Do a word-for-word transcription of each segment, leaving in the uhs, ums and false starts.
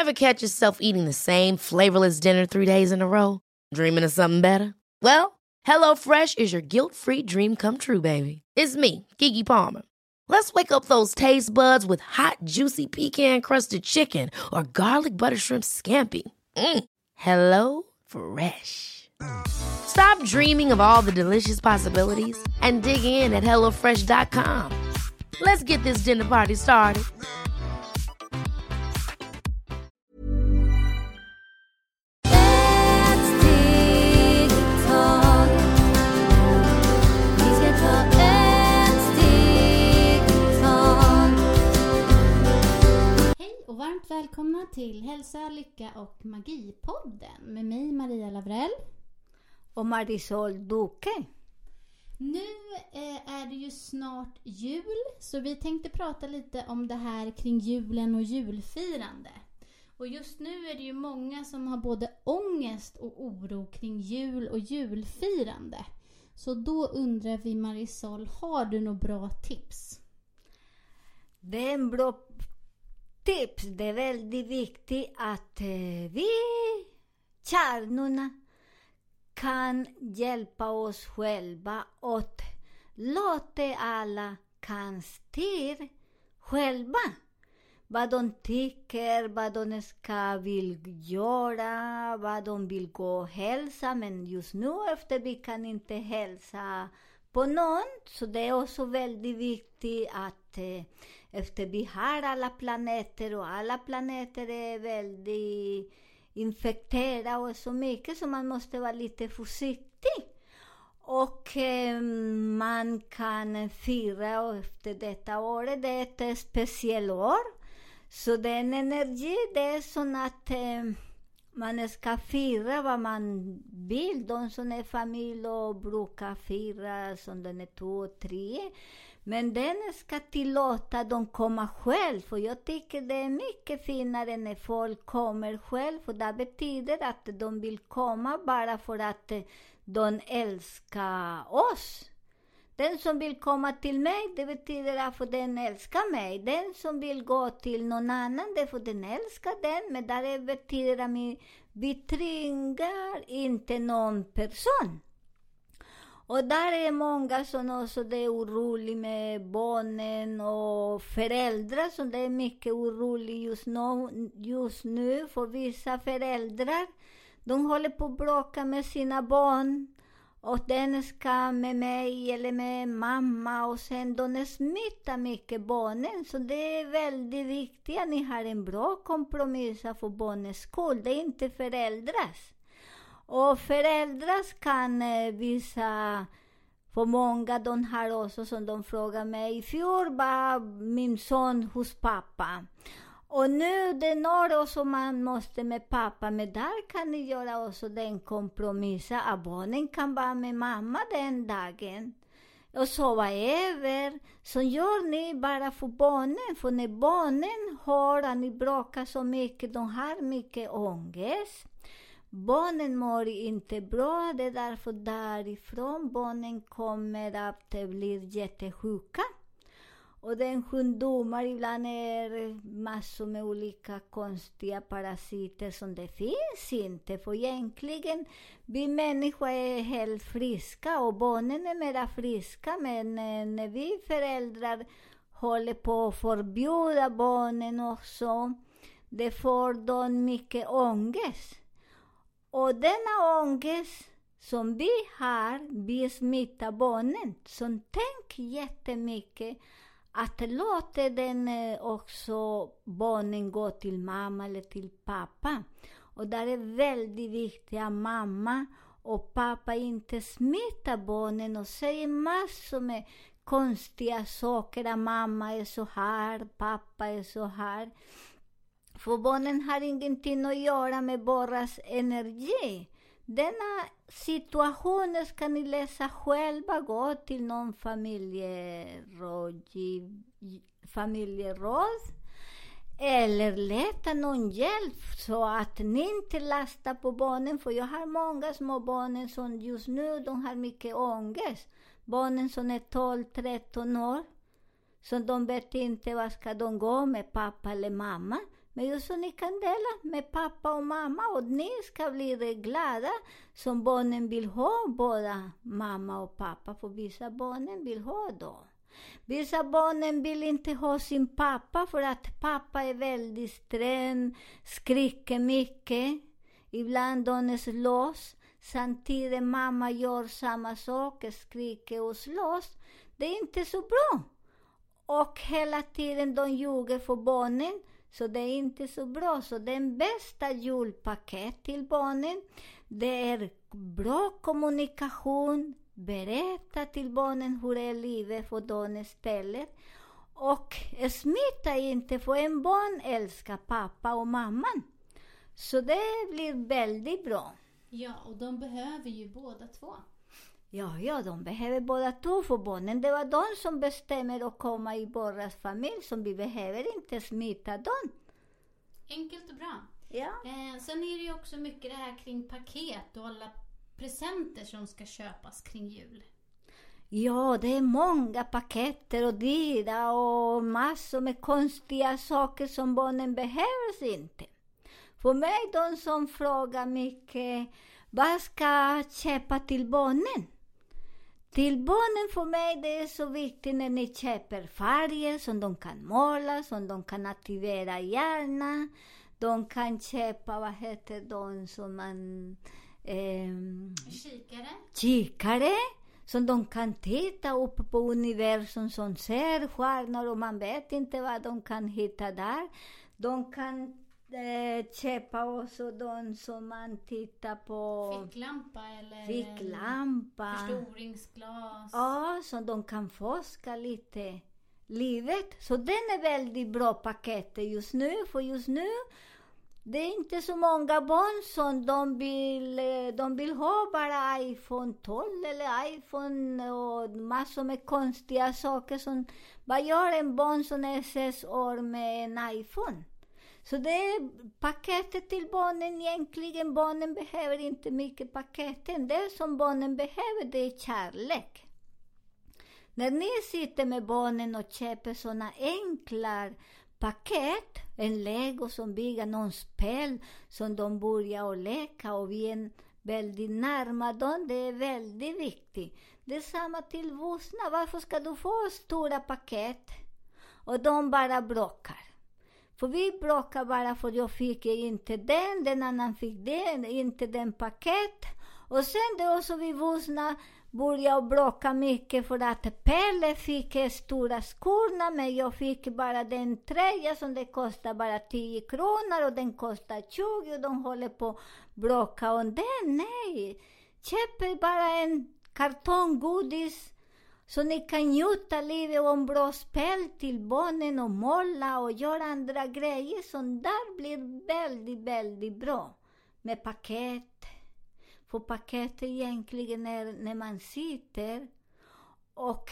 Ever catch yourself eating the same flavorless dinner three days in a row? Dreaming of something better? Well, HelloFresh is your guilt-free dream come true, baby. It's me, Keke Palmer. Let's wake up those taste buds with hot, juicy pecan-crusted chicken or garlic butter shrimp scampi. Mm. Hello Fresh. Stop dreaming of all the delicious possibilities and dig in at hello fresh dot com. Let's get this dinner party started. Varmt välkomna till Hälsa, Lycka och Magi-podden med mig Maria Lavrell och Marisol Duque. Nu eh, är det ju snart jul, så vi tänkte prata lite om det här kring julen och julfirande. Och just nu är det ju många som har både ångest och oro kring jul och julfirande. Så då undrar vi, Marisol, har du några bra tips? Det är en bra tips. Det är väldigt viktigt att eh, vi kärnorna kan hjälpa oss själva och låta alla kan styra själva vad de tycker, vad de ska vill göra, vad de vill gå och hälsa. Men just nu efter vi kan inte hälsa på någon, så det är också väldigt viktigt att eh, efter vi har alla planeter och alla planeter är väldigt infekterade och så mycket, så man måste vara lite försiktig. Och eh, man kan fira, och efter detta året, det är ett speciellt år. Så den energi, det är så att eh, man ska fira vad man vill. De som är familj och brukar fira som den är två och tre. Men den ska tillåta dem komma själv. För jag tycker det är mycket finare när folk kommer själv. För det betyder att de vill komma bara för att de älskar oss. Den som vill komma till mig, det betyder att den älskar mig. Den som vill gå till någon annan, det får den älskar den. Men det betyder att vi tvingar inte någon person. Och där är många som också är oroliga med barnen och föräldrar. Så det är mycket oroligt just nu, just nu för vissa föräldrar. De håller på att bråka med sina barn. Och den ska med mig eller med mamma. Och sen de smittar mycket barnen. Så det är väldigt viktigt att ni har en bra kompromiss för barnens skull. Det är inte föräldrars. Och föräldrar kan eh, visa, för många de har också som de frågar mig. I fjol var min son hos pappa. Och nu det är också man måste med pappa. Men där kan ni göra också den kompromissen. Att barnen kan vara med mamma den dagen. Och sova över. Så gör ni bara för barnen. För när barnen hör att ni bråkar så mycket. De har mycket ångest. Barnen mår inte bra, det är därför därifrån barnen kommer att bli jättesjuka. Och den sjukdomar ibland är massor med olika konstiga parasiter som det finns inte. För egentligen, vi människor är helt friska och barnen är mera friska. Men när vi föräldrar håller på att förbjuda barnen också, det får de mycket ångest. Och denna ångest som vi har, vi smittar barnen. Så tänk jättemycket att låta den också barnen gå till mamma eller till pappa. Och där är väldigt viktigt att mamma och pappa inte smittar barnen och säger massor med konstiga saker. Att mamma är så här, pappa är så här. För barnen har ingenting att göra med barnas energi. Denna situation ska ni läsa själva. Gå till någon familjeråd, familjeråd. Eller leta någon hjälp så att ni inte lastar på barnen. För jag har många små barnen som just nu de har mycket ångest. Barnen som är tolv tretton år. Så de vet inte vad ska de gå med pappa eller mamma. Men just så ni kan dela med pappa och mamma. Och ni ska bli glada som barnen vill ha båda mamma och pappa. För vissa barnen vill ha då. Vissa barnen vill inte ha sin pappa för att pappa är väldigt sträng, skriker mycket. Ibland de slåss. Samtidigt mamma gör samma sak, skriker och slåss. Det är inte så bra. Och hela tiden de ljuger för barnen. Så det är inte så bra. Så den bästa julpaket till barnen, det är bra kommunikation. Berätta till barnen hur är livet för dem istället. Och smita inte, för en barn älskar pappa och mamman. Så det blir väldigt bra. Ja, och de behöver ju båda två. Ja, ja, de behöver båda två för barnen. Det var de som bestämmer att komma i vår familj. Som vi behöver inte smita dem. Enkelt och bra. Ja. Eh, sen är det ju också mycket det här kring paket och alla presenter som ska köpas kring jul. Ja, det är många paketer och dyra och massor med konstiga saker som barnen behöver inte. För mig, de som frågar mycket, vad ska jag köpa till barnen? Till barnen för mig det är så viktigt när ni köper färger som de kan måla, som de kan aktivera hjärna. De kan köpa, vad heter de som man... Eh, Kikare. Kikare. Som de kan titta upp på universum som ser stjärnor och man vet inte vad de kan hitta där. De kan eh, köpa också de som man tittar på... Ficklampa eller Ficklampa. Förstoringsglas. Ja, så de kan forska lite livet. Så den är väldigt bra paket just nu. För just nu det är inte så många barn som de vill, de vill ha bara iPhone tolv eller iPhone och massor med konstiga saker. Som, vad gör en barn som är sex år med en iPhone? Så det är paketet till barnen egentligen. Barnen behöver inte mycket paketen. Det som barnen behöver det är kärlek. När ni sitter med barnen och köper såna enkla paket, en Lego som bygger någon spel som de börjar att leka och vi är väldigt närma dem, det är väldigt viktigt. Det är samma till vuxna. Varför ska du få stora paket och de bara bråkar? För vi bråkar bara för jag fick inte den, den annan fick den, inte den paket. Och sen det också vi vuxna började bråka mycket för att Pelle fick stora skorna men jag fick bara den tröja som det kostar bara tio kronor och den kostar tjugo och de håller på att bråka om den. Nej, köp bara en kartonggodis så ni kan njuta livet om bra spel till barnen och måla och göra andra grejer som där blir väldigt, väldigt bra med paket. För paketet egentligen är när man sitter och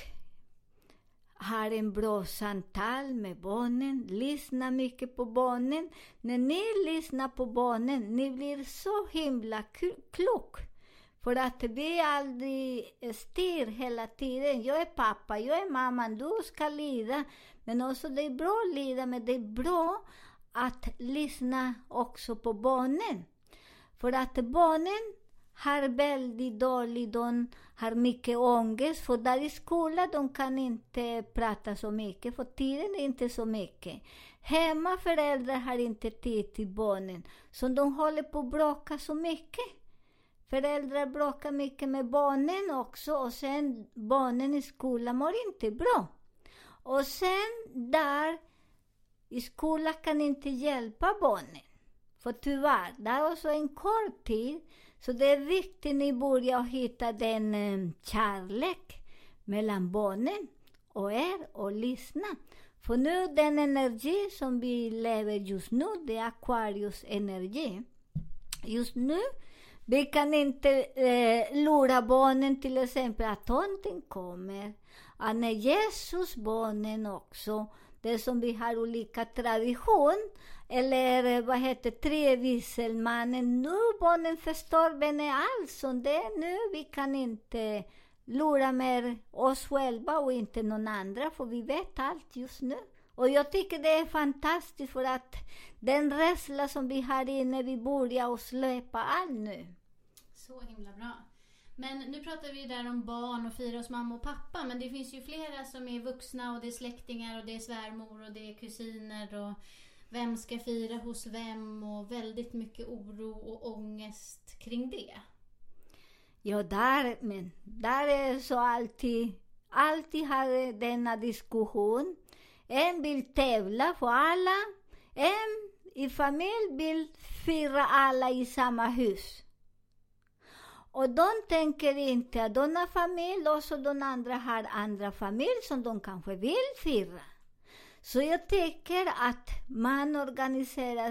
har en bra samtal med barnen, lyssnar mycket på barnen. När ni lyssnar på barnen, ni blir så himla klok. För att vi aldrig styr hela tiden. Jag är pappa, jag är mamma, du ska lida. Men också det är bra att lida, men det är bra att lyssna också på barnen. För att barnen har väldigt dåligt, de har mycket ångest. För där i skolan de kan inte prata så mycket, för tiden är inte så mycket. Hemma föräldrar har inte tid till barnen, så de håller på att bråka så mycket. Föräldrar bråkar mycket med barnen också, och sen barnen i skolan mår inte bra. Och sen där i skolan kan inte hjälpa barnen. För tyvärr, det är också en kort tid. Så det är viktigt att ni börjar hitta den eh, kärlek mellan barnen och er och lyssna. För nu den energi som vi lever just nu, det är Aquarius energi. Just nu, vi kan inte eh, lura barnen till exempel att tomten kommer. Att när Jesus barnen också, det som vi har olika tradition. Eller vad heter tre visselmannen. Nu barnen förstår vem är allt som det är nu. Vi kan inte lura med oss själva och inte någon andra. För vi vet allt just nu. Och jag tycker det är fantastiskt för att den rädsla som vi har inne, vi börjar att släppa allt nu. Så himla bra. Men nu pratar vi ju där om barn och fira hos mamma och pappa. Men det finns ju flera som är vuxna och det är släktingar och det är svärmor och det är kusiner. Och vem ska fira hos vem och väldigt mycket oro och ångest kring det. Ja, där, men där är så alltid, alltid har denna diskussion. En vill tävla för alla. En i familj vill fira alla i samma hus. Och de tänker inte att de har familj och så de andra har andra familj som de kanske vill fira. Så jag tycker att man organiserar.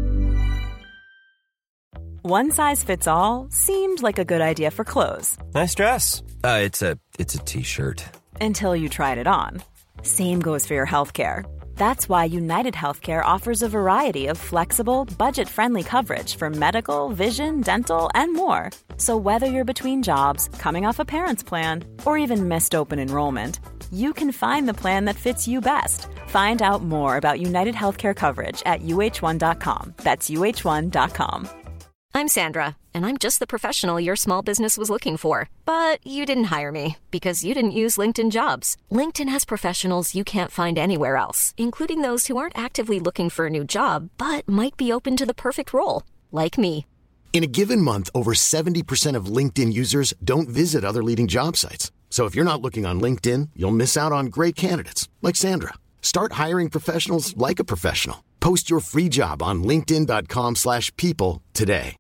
One size fits all seemed like a good idea for clothes. Nice dress. Uh, it's a it's a t-shirt. Until you tried it on. Same goes for your healthcare. That's why United Healthcare offers a variety of flexible, budget-friendly coverage for medical, vision, dental, and more. So whether you're between jobs, coming off a parent's plan, or even missed open enrollment, you can find the plan that fits you best. Find out more about United Healthcare coverage at U H one dot com. That's U H one dot com. I'm Sandra, and I'm just the professional your small business was looking for. But you didn't hire me because you didn't use LinkedIn Jobs. LinkedIn has professionals you can't find anywhere else, including those who aren't actively looking for a new job, but might be open to the perfect role, like me. In a given month, over seventy percent of LinkedIn users don't visit other leading job sites. So if you're not looking on LinkedIn, you'll miss out on great candidates like Sandra. Start hiring professionals like a professional. Post your free job on linkedin dot com slash people today.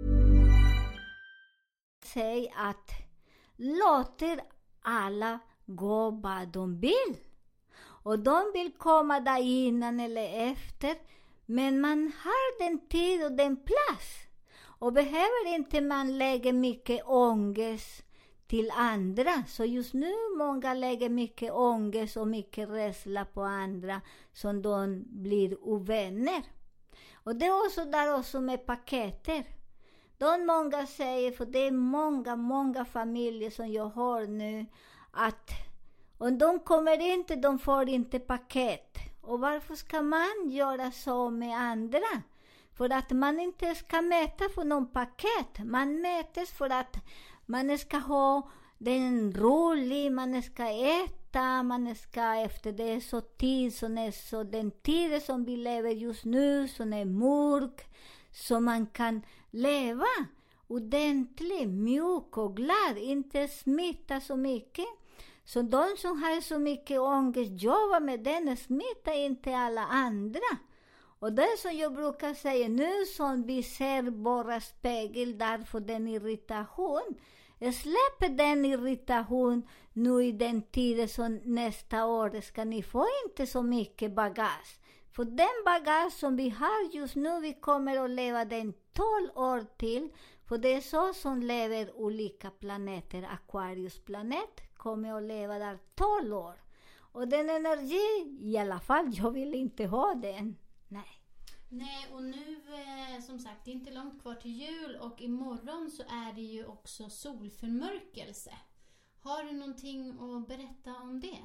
Säg att låter alla gå vad de vill. Och de vill komma där innan eller efter. Men man har den tid och den plats. Och behöver inte man lägga mycket ångest till andra. Så just nu många lägger mycket ångest och mycket rädsla på andra. Som de blir ovänner. Och det är också där också med paketer. De många säger, för det är många, många familjer som jag har nu, att om de kommer inte, de får inte paket. Och varför ska man göra så med andra? För att man inte ska mäta för någon paket. Man mätes för att man ska ha den rolig, man ska äta, man ska efter det så tid, som är så den tiden som vi lever just nu, som är mörk. Så man kan leva ordentligt, mjuk och glad, inte smitta så mycket. Så de som har så mycket ångest, jobba med den, smitta inte alla andra. Och det som jag brukar säga, nu som vi ser bara spegel, därför den irritation. Jag släpper den irritation nu i den tiden som nästa år ska ni få inte så mycket bagage. För den bagage som vi har just nu, vi kommer att leva den tolv år till. För det är så som lever olika planeter. Aquarius planet kommer att leva där tolv år. Och den energi, i alla fall, jag vill inte ha den. Nej. Nej, och nu eh, som sagt, det är inte långt kvar till jul och imorgon så är det ju också solförmörkelse. Har du någonting att berätta om det?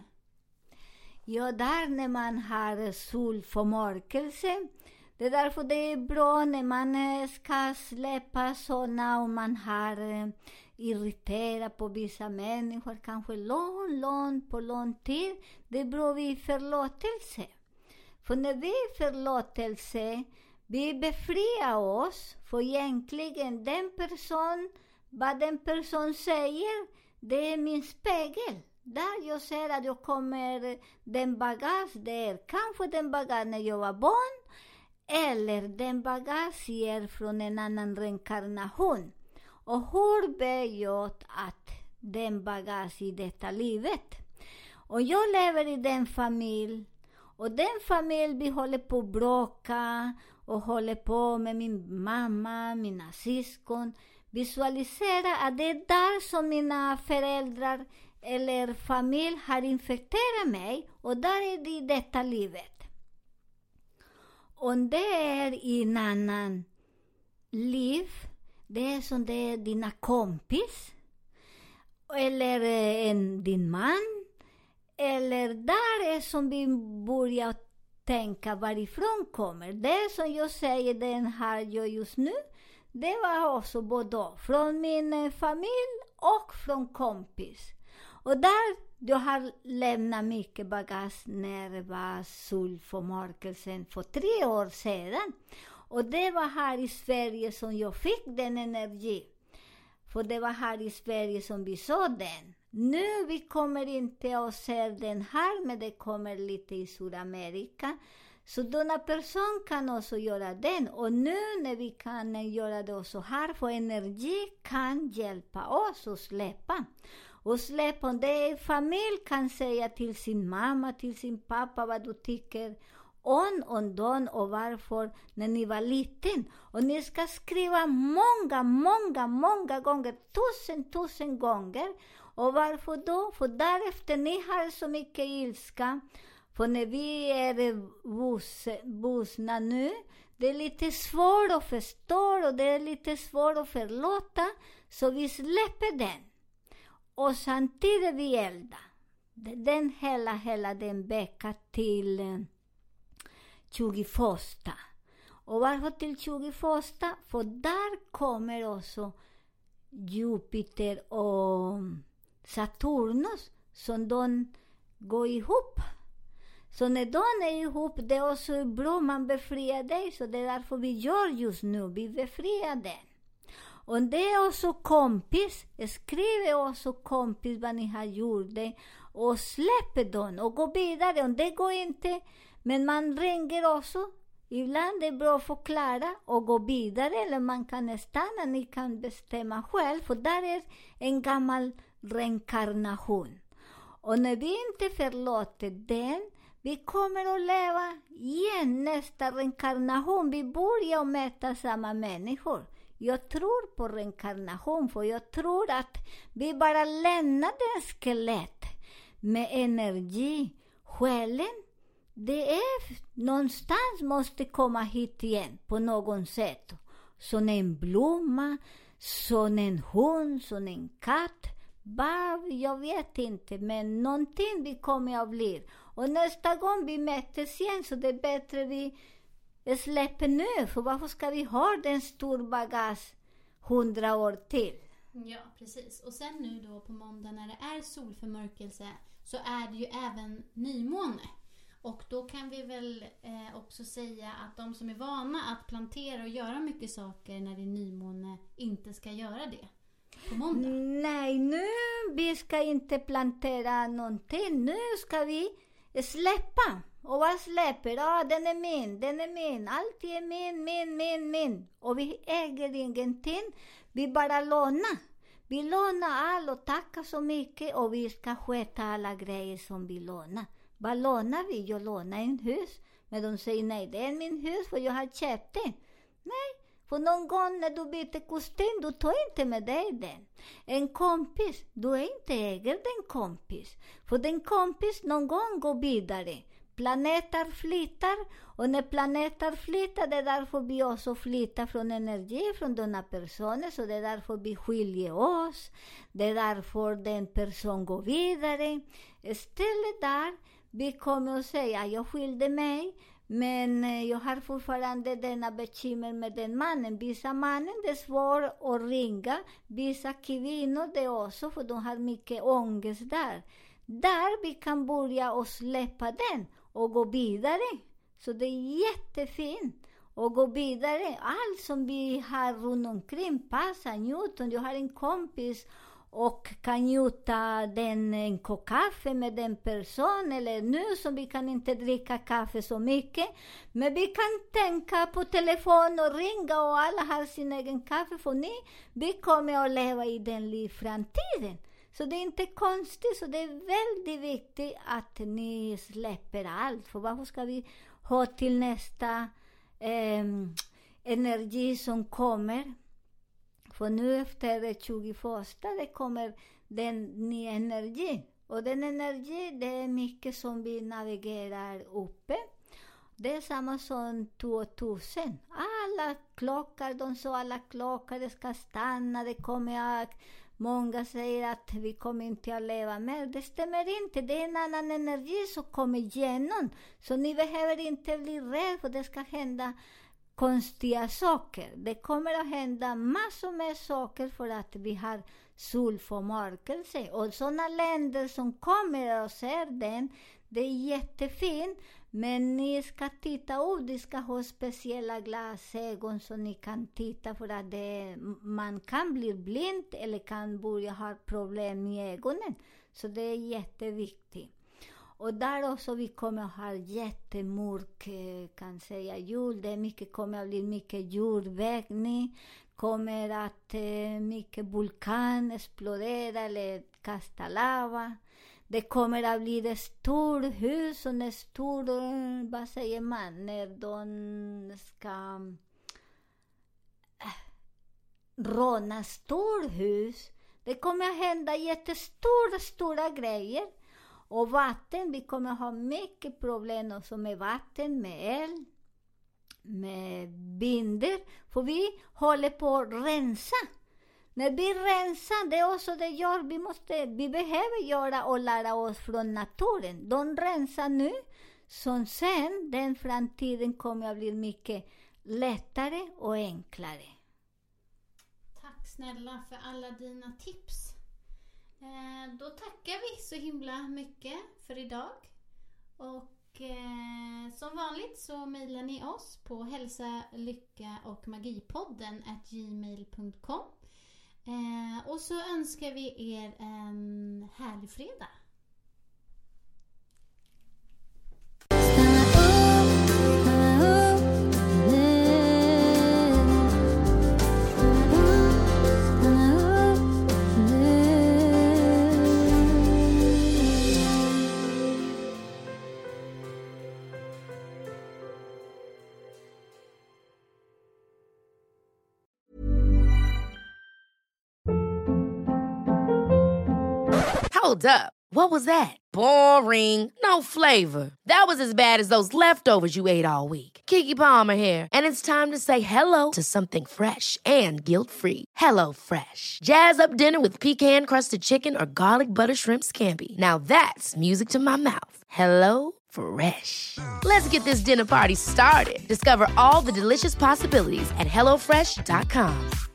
Ja, där när man har solförmörkelse, det är därför det är bra när man ska släppa sådana och man har irriterat på vissa människor, kanske lång, lång på lång tid. Det är bra vid förlåtelse. För när vi förlåtelse, vi befriar oss, för egentligen den person, vad den person säger, det är min spegel. Där jag ser att jag kommer, den bagage, det är kanske den bagage när jag var barn, eller den bagage är från en annan reinkarnation. Och hur ber jag att den bagage i detta livet? Och jag lever i den familj, och den familj vi håller på att bråka och håller på med min mamma, mina syskon. Visualisera att det är där som mina föräldrar eller familj har infekterat mig, och där är det i detta livet. Om det är i en annan liv, det är som det är dina kompis eller en, din man, eller där är som vi börjar tänka varifrån kommer. Det som jag säger, den här jag just nu, det var också både från min familj och från kompis. Och där jag har lämnat mycket bagage när det var solförmörkelsen för tre år sedan. Och det var här i Sverige som jag fick den energi. För det var här i Sverige som vi såg den. Nu vi kommer inte att se den här, men det kommer lite i Sydamerika. Så denna person kan också göra den. Och nu när vi kan göra det också här, för energi kan hjälpa oss att släppa. Och släppa, det familj kan säga till sin mamma, till sin pappa vad du tycker om och dem och varför när ni var liten. Och ni ska skriva många, många, många gånger, tusen, tusen gånger. Och varför då? För därefter ni har så mycket ilska. För när vi är vuxna nu, det är lite svårt att förstå och det är lite svårt att förlåta. Så vi släpper den. Och samtidigt vi eldar. Den hela, hela den veckan till tjugoförsta. Och varför till tjugoförsta? För där kommer också Jupiter och Saturnus som de går ihop. Så när de är ihop, det är också bra, man befriar dig. Så det är därför vi gör just nu, vi befriar den. Och det är också kompis, skriver också kompis vad ni har gjort det. Och släpper dem och går vidare. Och det går inte, men man ringer också. Ibland är det bra att förklara och gå vidare. Eller man kan stanna, ni kan bestämma själv. För där är en gammal reinkarnation. Och när vi inte förlåter den, vi kommer att leva igen nästa reinkarnation. Vi börjar möta samma människor. Jag tror på reinkarnation, för jag tror att vi bara lämnar den skelett med energi. Själen, det är någonstans måste komma hit igen på något sätt. Som en blomma, som en hund, som en katt. Bara, jag vet inte, men någonting vi kommer att bli. Och nästa gång vi möts igen så det är bättre vi släpper nu. För varför ska vi ha den stor bagage hundra år till? Ja, precis. Och sen nu då på måndag när det är solförmörkelse så är det ju även nymåne. Och då kan vi väl eh, också säga att de som är vana att plantera och göra mycket saker när det är nymåne inte ska göra det på måndag. Nej, nu vi ska inte plantera någonting. Nu ska vi släppa. Och vad släpper? Ja, den är min, den är min. Allt är min, min, min, min. Och vi äger ingenting. Vi bara lånar. Vi lånar allt och tackar så mycket. Och vi ska sköta alla grejer som vi lånar. Vad lånar vi? Jag lånar en hus. Men de säger nej, det är min hus för jag har köpt det. Nej, för någon gång när du byter kostym, du tar inte med dig den. En kompis, du är inte äger den kompis. För den kompis någon gång går vidare. Planeter flyttar och när planeter flyttar det är därför vi också flyttar från energi från denna personer. Så det är därför vi skiljer oss. Det är därför den person går vidare. Istället där vi kommer att säga jag skilde mig. Men jag har fortfarande denna bekymmer med den mannen. Vissa mannen det är svårt att ringa. Vissa kvinnor det också för de har mycket ångest där. Där vi kan börja och släppa den och gå vidare. Så det är jättefint att gå vidare. Allt som vi har runt omkring passar, njuter. Jag har en kompis och kan njuta den, en kopp kaffe med den person. Eller nu som vi kan inte dricka kaffe så mycket. Men vi kan tänka på telefon och ringa och alla har sin egen kaffe. För ni, vi kommer att leva i den liv framtiden. Så det är inte konstigt, så det är väldigt viktigt att ni släpper allt. För varför ska vi ha till nästa eh, energi som kommer? För nu efter tjugoförsta det kommer den nya energi. Och den energi det är mycket som vi navigerar uppe. Det är samma som tvåtusen. Alla klockor, de sa alla klockor ska stanna. Det kommer att Många säger att vi kommer inte att leva mer. Det stämmer inte. Det är en annan energi som kommer igenom. Så ni behöver inte bli rädda, för det ska hända konstiga saker. Det kommer att hända massor med saker för att vi har solförmörkelse. Och sådana länder som kommer och ser den, det är jättefint. Men ni ska titta upp, ni ska ha speciella glasögon så ni kan titta, för att det, man kan bli blind eller kan börja ha problem med ögonen. Så det är jätteviktigt. Och där också vi kommer att ha jättemörk, kan säga, jord. Det är mycket, kommer att bli mycket jordbävning. Kommer att eh, mycket vulkan explodera eller kasta lava. Det kommer att bli ett stort hus och en stor, vad säger man, när de ska äh, råna stor hus. Det kommer att hända jättestora, stora grejer. Och vatten, vi kommer att ha mycket problem också med vatten, med el, med binder. För vi håller på att rensa. När vi rensar, det är också det gör, vi måste, vi behöver göra och lära oss från naturen. De rensar nu, som sen, den framtiden kommer att bli mycket lättare och enklare. Tack snälla för alla dina tips. Eh, då tackar vi så himla mycket för idag. Och eh, som vanligt så mejlar ni oss på hälsa, lycka och magipodden at gmail punkt com. Eh, och så önskar vi er en härlig fredag. Hold up. What was that? Boring. No flavor. That was as bad as those leftovers you ate all week. Keke Palmer here, and it's time to say hello to something fresh and guilt-free. Hello Fresh. Jazz up dinner with pecan-crusted chicken or garlic butter shrimp scampi. Now that's music to my mouth. Hello Fresh. Let's get this dinner party started. Discover all the delicious possibilities at hello fresh dot com.